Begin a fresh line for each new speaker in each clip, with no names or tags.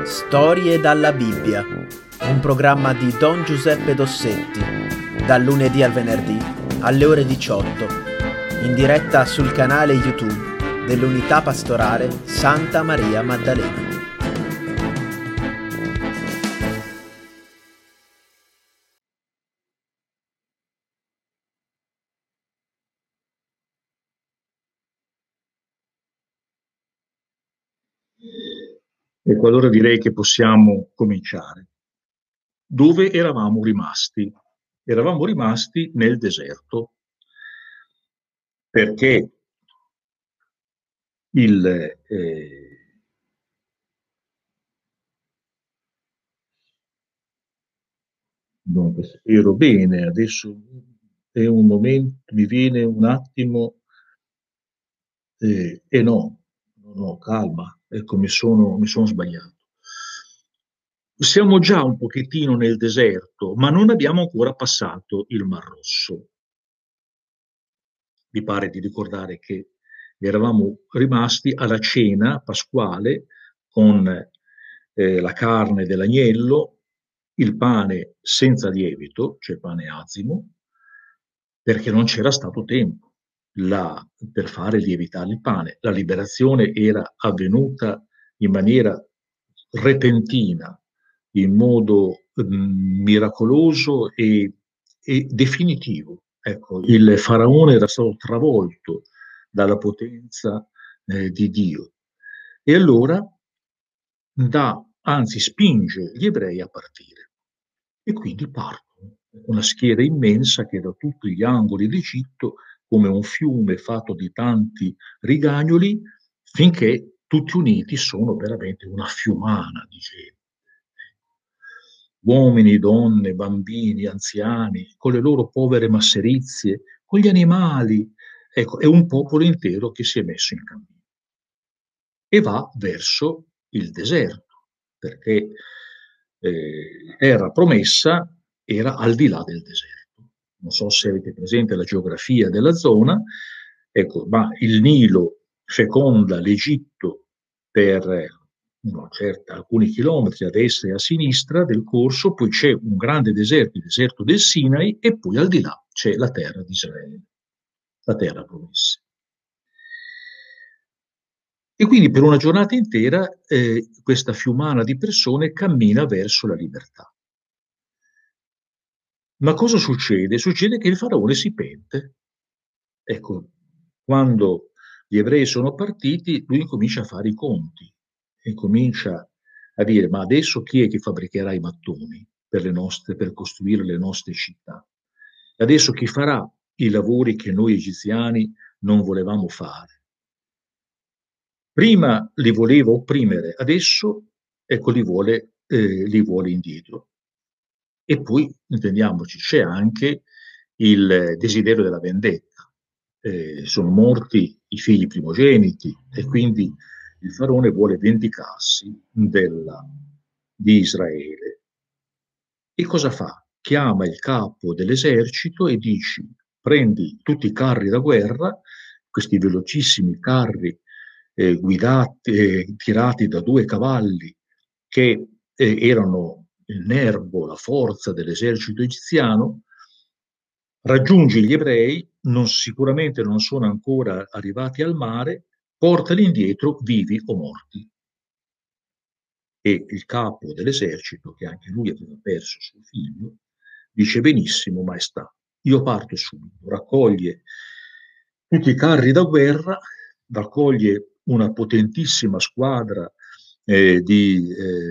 Storie dalla Bibbia, un programma di Don Giuseppe Dossetti, dal lunedì al venerdì alle ore 18, in diretta sul canale YouTube dell'Unità Pastorale Santa Maria Maddalena.
Ecco, allora direi che possiamo cominciare. Dove eravamo rimasti? Eravamo rimasti nel deserto, perché dunque, spero bene, adesso è un momento, mi viene un attimo, no, calma, ecco, mi sono sbagliato. Siamo già un pochettino nel deserto, ma non abbiamo ancora passato il Mar Rosso. Mi pare di ricordare che eravamo rimasti alla cena pasquale con la carne dell'agnello, il pane senza lievito, cioè pane azimo, perché non c'era stato tempo per fare lievitare il pane. La liberazione era avvenuta in maniera repentina, in modo miracoloso e definitivo. Ecco, il faraone era stato travolto dalla potenza di Dio e allora anzi spinge gli ebrei a partire e quindi partono una schiera immensa che da tutti gli angoli d'Egitto, come un fiume fatto di tanti rigagnoli, finché tutti uniti sono veramente una fiumana di gente. Uomini, donne, bambini, anziani, con le loro povere masserizie, con gli animali. Ecco, è un popolo intero che si è messo in cammino e va verso il deserto, perché era promessa, era al di là del deserto. Non so se avete presente la geografia della zona, ecco, ma il Nilo feconda l'Egitto per alcuni chilometri a destra e a sinistra del corso, poi c'è un grande deserto, il deserto del Sinai, e poi al di là c'è la terra di Israele, la terra promessa. E quindi per una giornata intera questa fiumana di persone cammina verso la libertà. Ma cosa succede? Succede che il faraone si pente. Ecco, quando gli ebrei sono partiti, lui comincia a fare i conti e comincia a dire: ma adesso chi è che fabbricherà i mattoni per costruire le nostre città? Adesso chi farà i lavori che noi egiziani non volevamo fare? Prima li voleva opprimere, adesso ecco, li vuole indietro. E poi, intendiamoci, c'è anche il desiderio della vendetta. Sono morti i figli primogeniti e quindi il faraone vuole vendicarsi di Israele. E cosa fa? Chiama il capo dell'esercito e dice: prendi tutti i carri da guerra, questi velocissimi carri tirati da 2 cavalli che erano il nervo, la forza dell'esercito egiziano, raggiungi gli ebrei, sicuramente non sono ancora arrivati al mare, portali indietro vivi o morti. E il capo dell'esercito, che anche lui aveva perso suo figlio, dice: benissimo, maestà, io parto subito. Raccoglie tutti i carri da guerra, raccoglie una potentissima squadra di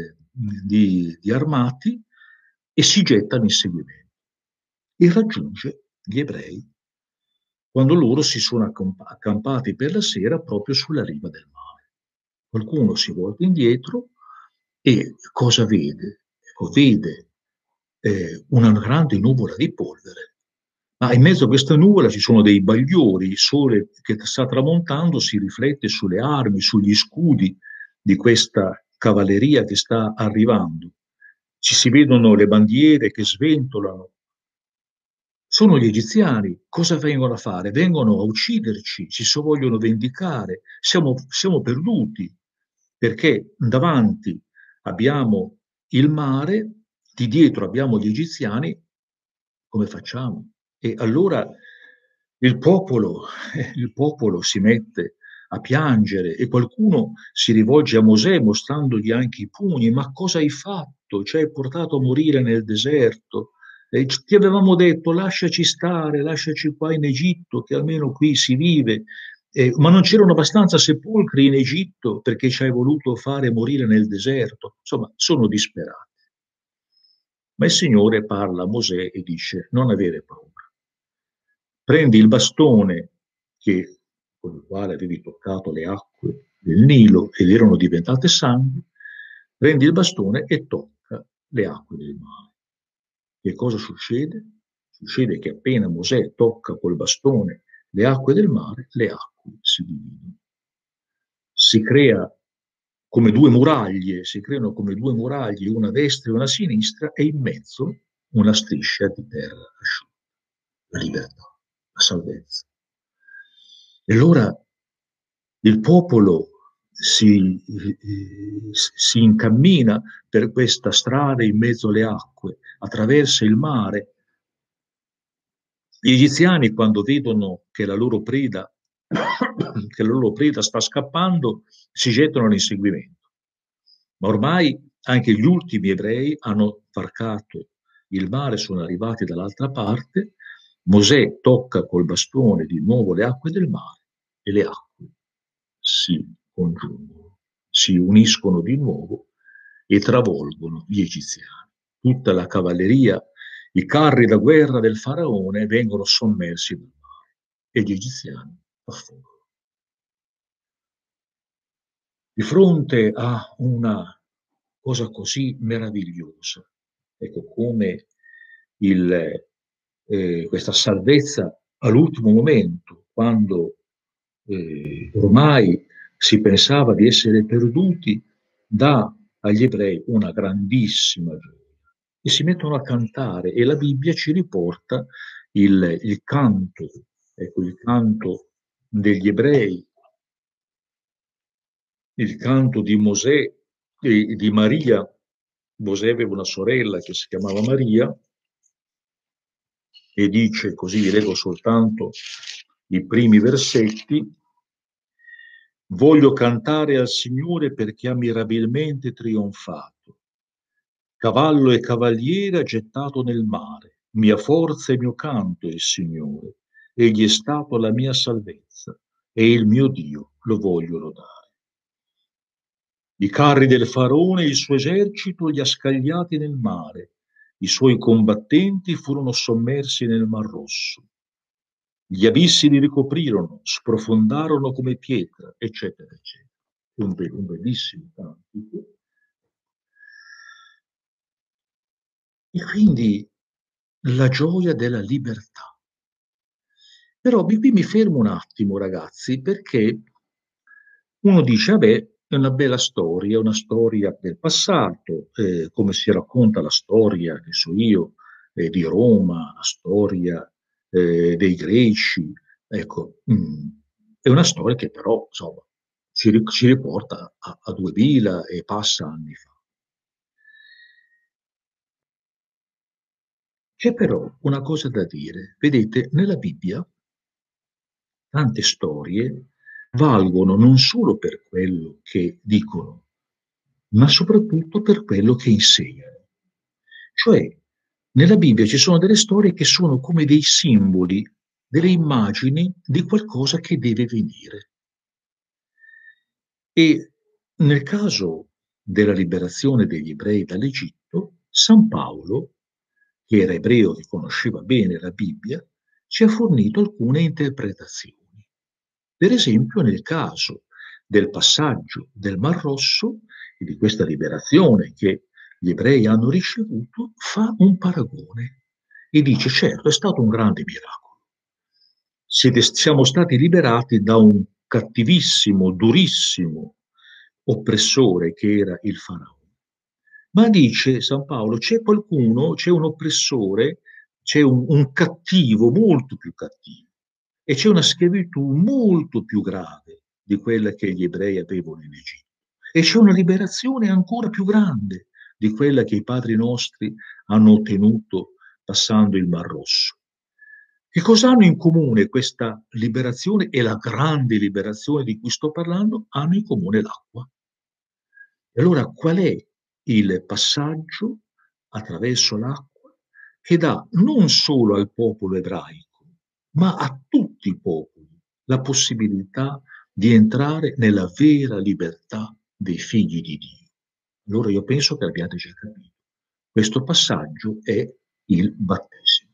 armati e si getta in inseguimento e raggiunge gli ebrei quando loro si sono accampati per la sera proprio sulla riva del mare. Qualcuno si volta indietro e cosa vede? Vede una grande nuvola di polvere, ma in mezzo a questa nuvola ci sono dei bagliori, il sole che sta tramontando si riflette sulle armi, sugli scudi di questa cavalleria che sta arrivando. Ci si vedono le bandiere che sventolano. Sono gli egiziani. Cosa vengono a fare? Vengono a ucciderci, vogliono vendicare, siamo perduti, perché davanti abbiamo il mare, di dietro abbiamo gli egiziani, come facciamo? E allora il popolo, il popolo si mette a piangere e qualcuno si rivolge a Mosè mostrandogli anche i pugni. Ma cosa hai fatto? Ci hai portato a morire nel deserto. E ti avevamo detto lasciaci stare, lasciaci qua in Egitto, che almeno qui si vive. Ma non c'erano abbastanza sepolcri in Egitto perché ci hai voluto fare morire nel deserto. Insomma, sono disperati. Ma il Signore parla a Mosè e dice: non avere paura. Prendi il bastone con il quale avevi toccato le acque del Nilo ed erano diventate sangue, prendi il bastone e tocca le acque del mare. Che cosa succede? Succede che appena Mosè tocca col bastone le acque del mare, le acque si dividono. Si crea come due muraglie, si creano come due muraglie, una a destra e una a sinistra, e in mezzo una striscia di terra asciutta. La libertà, la salvezza. E allora il popolo si incammina per questa strada in mezzo alle acque, attraversa il mare. Gli egiziani, quando vedono che la loro preda, che la loro preda sta scappando, si gettano all'inseguimento. Ma ormai anche gli ultimi ebrei hanno varcato il mare, sono arrivati dall'altra parte. Mosè tocca col bastone di nuovo le acque del mare e le acque si congiungono, si uniscono di nuovo e travolgono gli egiziani. Tutta la cavalleria, i carri da guerra del faraone vengono sommersi dal mare e gli egiziani affogano. Di fronte a una cosa così meravigliosa, ecco, come questa salvezza all'ultimo momento, quando ormai si pensava di essere perduti, dà agli ebrei una grandissima gioia e si mettono a cantare, e la Bibbia ci riporta il canto, ecco, il canto degli ebrei, il canto di Mosè e di Maria. Mosè aveva una sorella che si chiamava Maria, e dice, così vi leggo soltanto i primi versetti: voglio cantare al Signore perché ha mirabilmente trionfato. Cavallo e cavaliere ha gettato nel mare, mia forza e mio canto è il Signore, egli è stato la mia salvezza e il mio Dio lo voglio lodare. I carri del faraone e il suo esercito li ha scagliati nel mare, i suoi combattenti furono sommersi nel Mar Rosso. Gli abissi li ricoprirono, sprofondarono come pietra, eccetera, eccetera. Un bellissimo cantico. E quindi la gioia della libertà. Però mi fermo un attimo, ragazzi, perché uno dice, vabbè, è una storia del passato, come si racconta la storia, che so io, di Roma, la storia dei greci. Ecco, è una storia che però, insomma, ci riporta a 2000 e passa anni fa. C'è però una cosa da dire. Vedete, nella Bibbia tante storie valgono non solo per quello che dicono, ma soprattutto per quello che insegnano. Cioè, nella Bibbia ci sono delle storie che sono come dei simboli, delle immagini di qualcosa che deve venire. E nel caso della liberazione degli ebrei dall'Egitto, San Paolo, che era ebreo e conosceva bene la Bibbia, ci ha fornito alcune interpretazioni. Per esempio, nel caso del passaggio del Mar Rosso e di questa liberazione che gli ebrei hanno ricevuto, fa un paragone e dice: certo, è stato un grande miracolo. Siamo stati liberati da un cattivissimo, durissimo oppressore che era il faraone. Ma dice San Paolo, c'è qualcuno, c'è un oppressore, c'è un cattivo molto più cattivo, e c'è una schiavitù molto più grave di quella che gli ebrei avevano in Egitto. E c'è una liberazione ancora più grande di quella che i padri nostri hanno ottenuto passando il Mar Rosso. Che cosa hanno in comune questa liberazione e la grande liberazione di cui sto parlando? Hanno in comune l'acqua. E allora qual è il passaggio attraverso l'acqua che dà non solo al popolo ebraico, ma a tutti i popoli la possibilità di entrare nella vera libertà dei figli di Dio? Allora io penso che abbiate già capito. Questo passaggio è il battesimo.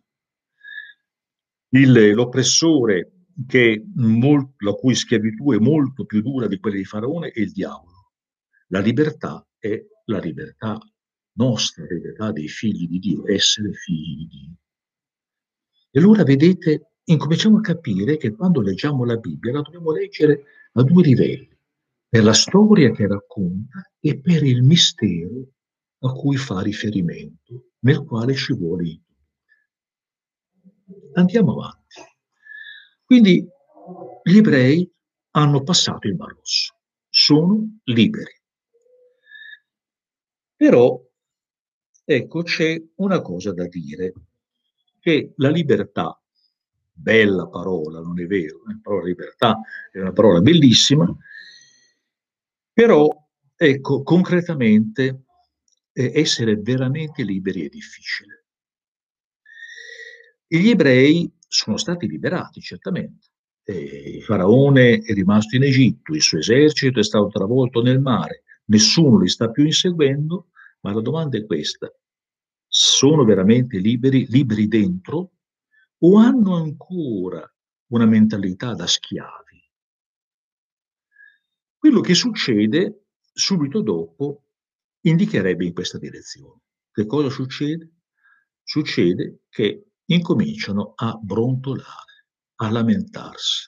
L'oppressore la cui schiavitù è molto più dura di quella di Faraone è il diavolo. La libertà è la libertà nostra, la libertà dei figli di Dio, essere figli di Dio. E allora vedete, incominciamo a capire che quando leggiamo la Bibbia la dobbiamo leggere a due livelli, per la storia che racconta e per il mistero a cui fa riferimento, nel quale ci vuole introdurre. Andiamo avanti. Quindi gli ebrei hanno passato il Mar Rosso, sono liberi. Però, ecco, c'è una cosa da dire, che la libertà, bella parola, non è vero, la parola libertà è una parola bellissima, però, ecco, concretamente essere veramente liberi è difficile. E gli ebrei sono stati liberati, certamente. Il faraone è rimasto in Egitto, il suo esercito è stato travolto nel mare, nessuno li sta più inseguendo, ma la domanda è questa: sono veramente liberi, liberi dentro, o hanno ancora una mentalità da schiavi? Quello che succede subito dopo indicherebbe in questa direzione. Che cosa succede? Succede che incominciano a brontolare, a lamentarsi.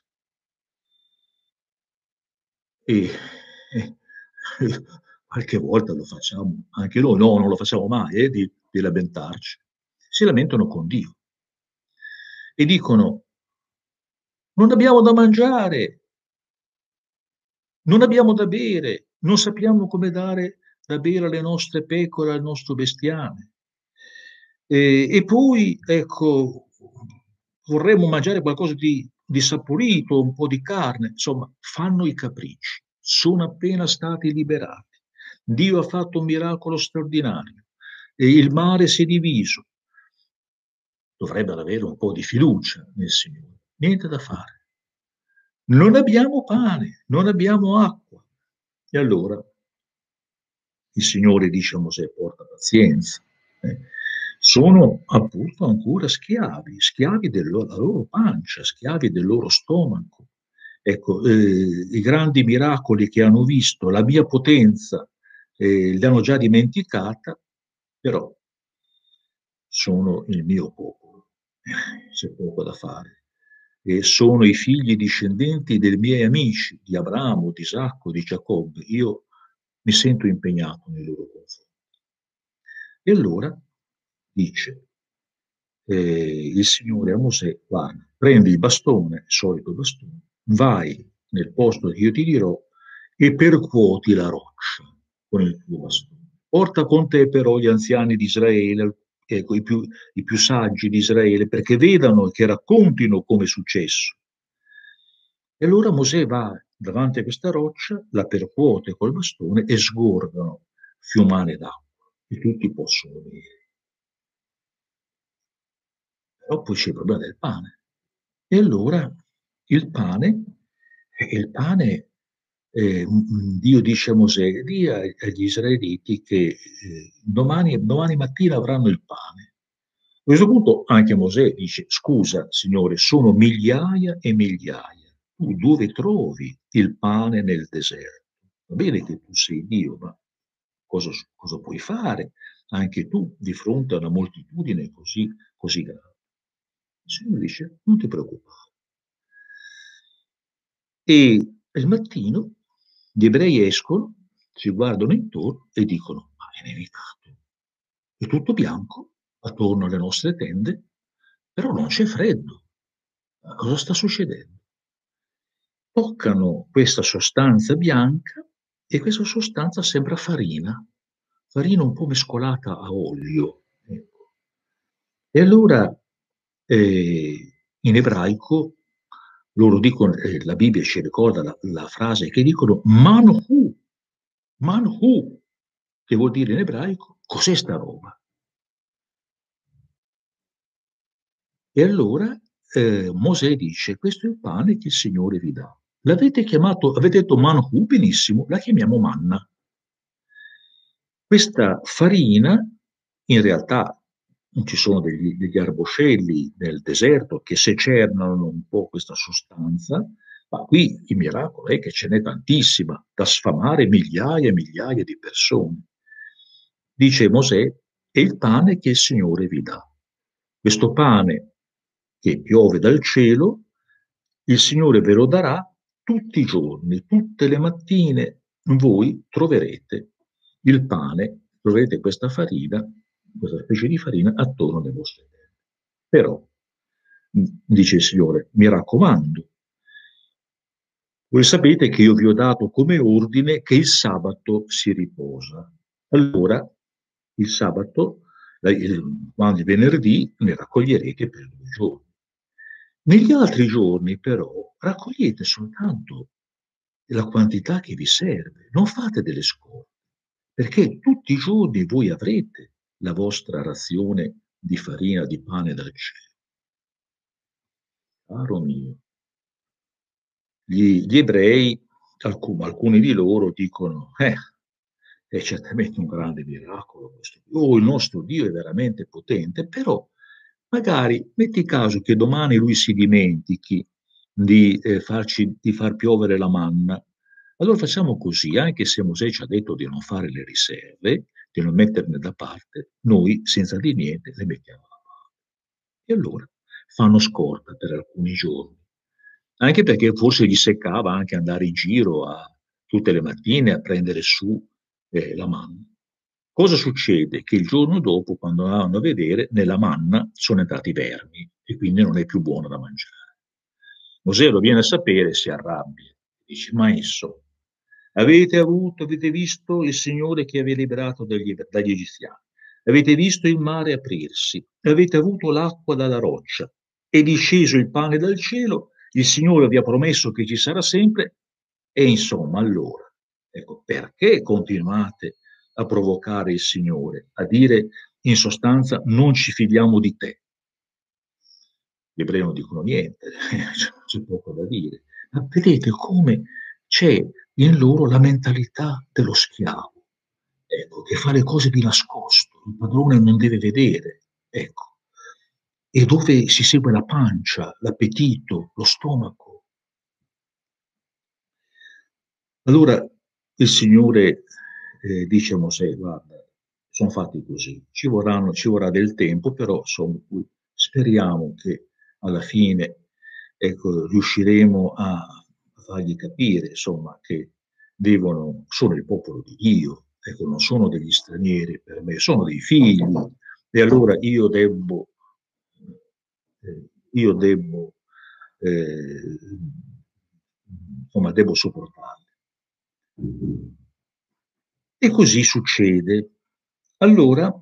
E, e- e qualche volta lo facciamo anche noi, no, non lo facciamo mai, di lamentarci. Si lamentano con Dio e dicono: non abbiamo da mangiare, non abbiamo da bere, non sappiamo come dare da bere alle nostre pecore, al nostro bestiame. E poi, ecco, vorremmo mangiare qualcosa di saporito, un po' di carne, insomma, fanno i capricci, sono appena stati liberati. Dio ha fatto un miracolo straordinario e il mare si è diviso. Dovrebbero avere un po' di fiducia nel Signore. Niente da fare. Non abbiamo pane, non abbiamo acqua. E allora il Signore dice a Mosè: porta pazienza. Sono appunto ancora schiavi, schiavi della loro pancia, schiavi del loro stomaco. Ecco, i grandi miracoli che hanno visto, la mia potenza, li hanno già dimenticata, però sono il mio popolo, c'è poco da fare. E sono i figli discendenti dei miei amici, di Abramo, di Isacco, di Giacobbe. Io mi sento impegnato nei loro confronti. E allora dice il Signore a Mosè: guarda, prendi il bastone, il solito bastone, vai nel posto che io ti dirò e percuoti la roccia con il tuo bastone. Porta con te però gli anziani di Israele, ecco, i più saggi di Israele, perché vedano e che raccontino come è successo. E allora Mosè va davanti a questa roccia, la percuote col bastone e sgorgano fiumane d'acqua e tutti possono bere. Però poi c'è il problema del pane. E allora il pane, Dio dice a Mosè: di agli israeliti che domani mattina avranno il pane. A questo punto anche Mosè dice: scusa, Signore, sono migliaia e migliaia. Tu dove trovi il pane nel deserto? Va bene che tu sei Dio, ma cosa puoi fare anche tu di fronte a una moltitudine così grande? Il Signore dice: non ti preoccupare. E il mattino gli ebrei escono, si guardano intorno e dicono: ma è nevicato, è tutto bianco attorno alle nostre tende, però non c'è freddo. Ma cosa sta succedendo? Toccano questa sostanza bianca e questa sostanza sembra farina un po' mescolata a olio, ecco. E allora, in ebraico loro dicono, la Bibbia ci ricorda la frase che dicono manhu, che vuol dire in ebraico: "Cos'è sta roba?" E allora, Mosè dice: "Questo è il pane che il Signore vi dà. Avete detto manhu, benissimo, la chiamiamo manna." Questa farina, in realtà ci sono degli arboscelli nel deserto che secernano un po' questa sostanza, ma qui il miracolo è che ce n'è tantissima, da sfamare migliaia e migliaia di persone. Dice Mosè: "È il pane che il Signore vi dà." Questo pane che piove dal cielo, il Signore ve lo darà tutti i giorni, tutte le mattine voi troverete il pane, troverete questa farina, questa specie di farina attorno alle vostre tende. Però, dice il Signore, mi raccomando, voi sapete che io vi ho dato come ordine che il sabato si riposa. Allora, il sabato, quando il venerdì, ne raccoglierete per 2 giorni. Negli altri giorni, però, raccogliete soltanto la quantità che vi serve, non fate delle scorte, perché tutti i giorni voi avrete la vostra razione di farina, di pane dal cielo. Caro mio, gli ebrei, alcuni di loro dicono, è certamente un grande miracolo questo. Oh, il nostro Dio è veramente potente, però magari metti caso che domani lui si dimentichi di far piovere la manna. Allora facciamo così, anche se Mosè ci ha detto di non fare le riserve, di non metterne da parte, noi senza di niente le mettiamo da parte. E allora fanno scorta per alcuni giorni, anche perché forse gli seccava anche andare in giro tutte le mattine a prendere su la manna. Cosa succede? Che il giorno dopo, quando andavano a vedere, nella manna sono entrati vermi e quindi non è più buona da mangiare. Mosè lo viene a sapere e si arrabbia. Dice, maestro, avete visto il Signore che vi ha liberato dagli egiziani, avete visto il mare aprirsi, avete avuto l'acqua dalla roccia, è disceso il pane dal cielo, il Signore vi ha promesso che ci sarà sempre, e insomma allora, ecco, perché continuate a provocare il Signore, a dire in sostanza non ci fidiamo di te? Gli ebrei non dicono niente, c'è poco da dire. Ma vedete come c'è in loro la mentalità dello schiavo, ecco, che fa le cose di nascosto, il padrone non deve vedere, ecco, e dove si segue la pancia, l'appetito, lo stomaco. Allora il Signore dice a Mosè, guarda, sono fatti così, ci vorrà del tempo, però insomma, speriamo che alla fine ecco, riusciremo a fargli capire insomma, che sono il popolo di Dio, ecco, non sono degli stranieri per me, sono dei figli, e allora io debbo insomma, devo sopportarli. E così succede. Allora,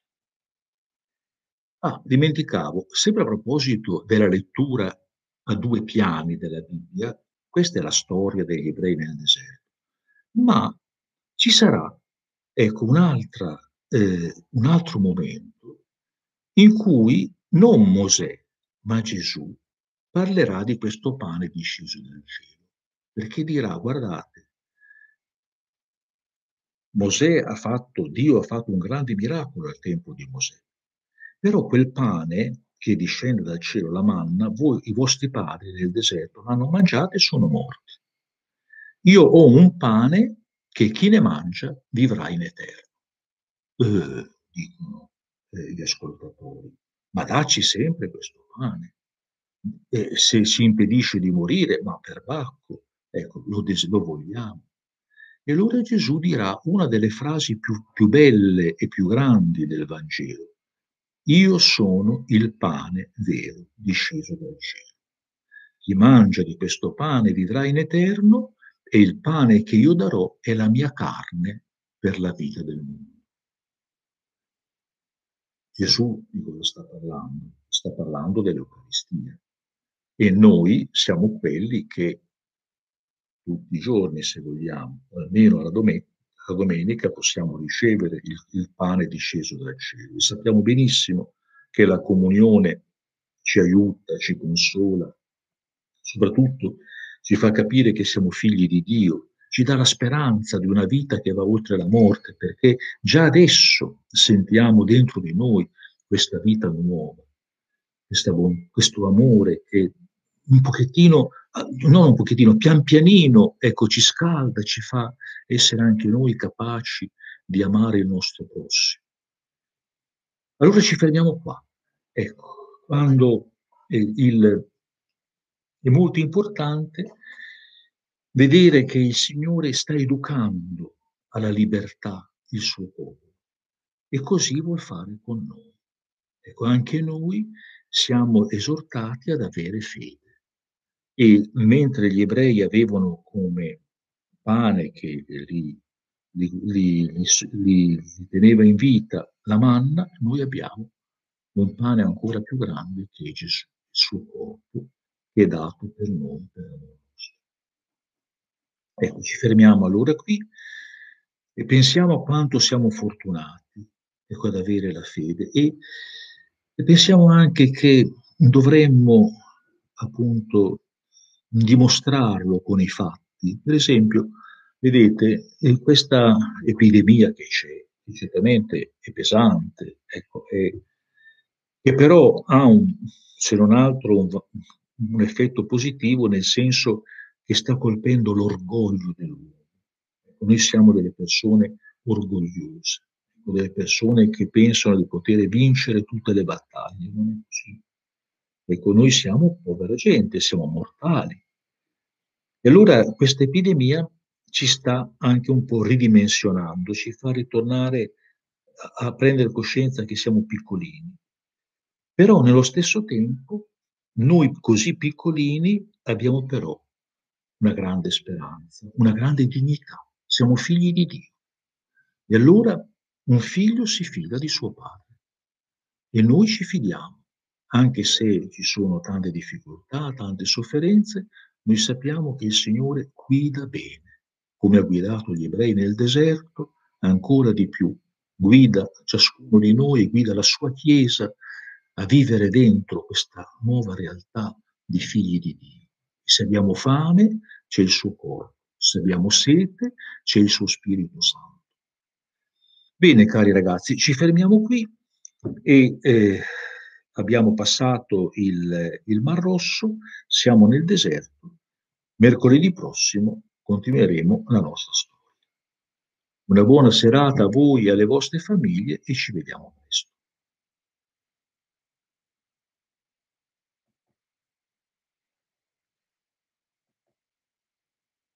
dimenticavo, sempre a proposito della lettura a 2 piani della Bibbia, questa è la storia degli ebrei nel deserto, ma ci sarà, ecco, un altro momento in cui non Mosè, ma Gesù parlerà di questo pane disceso dal cielo, perché dirà: "Guardate, Dio ha fatto un grande miracolo al tempo di Mosè. Però quel pane che discende dal cielo, la manna, voi, i vostri padri nel deserto, l'hanno mangiato e sono morti. Io ho un pane che chi ne mangia vivrà in eterno." Dicono gli ascoltatori, ma dacci sempre questo pane. Se ci impedisce di morire, ma perbacco, ecco, lo vogliamo. E allora Gesù dirà una delle frasi più belle e più grandi del Vangelo. Io sono il pane vero disceso dal cielo. Chi mangia di questo pane vivrà in eterno e il pane che io darò è la mia carne per la vita del mondo. Gesù di cosa sta parlando? Sta parlando dell'Eucaristia. E noi siamo quelli che tutti i giorni, se vogliamo, o almeno la domenica, possiamo ricevere il pane disceso dal cielo. E sappiamo benissimo che la comunione ci aiuta, ci consola, soprattutto ci fa capire che siamo figli di Dio, ci dà la speranza di una vita che va oltre la morte, perché già adesso sentiamo dentro di noi questa vita nuova, questo amore che un pochettino, non un pochettino, pian pianino, ecco, ci scalda, ci fa essere anche noi capaci di amare il nostro prossimo. Allora ci fermiamo qua. Ecco, quando è molto importante vedere che il Signore sta educando alla libertà il suo popolo e così vuol fare con noi. Ecco, anche noi siamo esortati ad avere fede. E mentre gli ebrei avevano come pane che li teneva in vita la manna, noi abbiamo un pane ancora più grande che è Gesù, il suo corpo, che è dato per noi, per l'amore nostro. Ecco, ci fermiamo allora qui e pensiamo a quanto siamo fortunati, ecco, ad avere la fede e pensiamo anche che dovremmo appunto dimostrarlo con i fatti. Per esempio, vedete, questa epidemia che c'è, che certamente è pesante, ecco, che però ha se non altro un effetto positivo, nel senso che sta colpendo l'orgoglio dell'uomo. Noi siamo delle persone orgogliose, delle persone che pensano di poter vincere tutte le battaglie. Non è così. Ecco, noi siamo povera gente, siamo mortali. E allora questa epidemia ci sta anche un po' ridimensionando, ci fa ritornare a prendere coscienza che siamo piccolini. Però nello stesso tempo, noi così piccolini abbiamo però una grande speranza, una grande dignità. Siamo figli di Dio. E allora un figlio si fida di suo padre. E noi ci fidiamo, anche se ci sono tante difficoltà, tante sofferenze, noi sappiamo che il Signore guida bene, come ha guidato gli ebrei nel deserto, ancora di più guida ciascuno di noi, guida la sua Chiesa a vivere dentro questa nuova realtà di figli di Dio. Se abbiamo fame, c'è il suo corpo, se abbiamo sete, c'è il suo Spirito Santo. Bene, cari ragazzi, ci fermiamo qui e abbiamo passato il Mar Rosso, siamo nel deserto. Mercoledì prossimo continueremo la nostra storia. Una buona serata a voi e alle vostre famiglie e ci vediamo.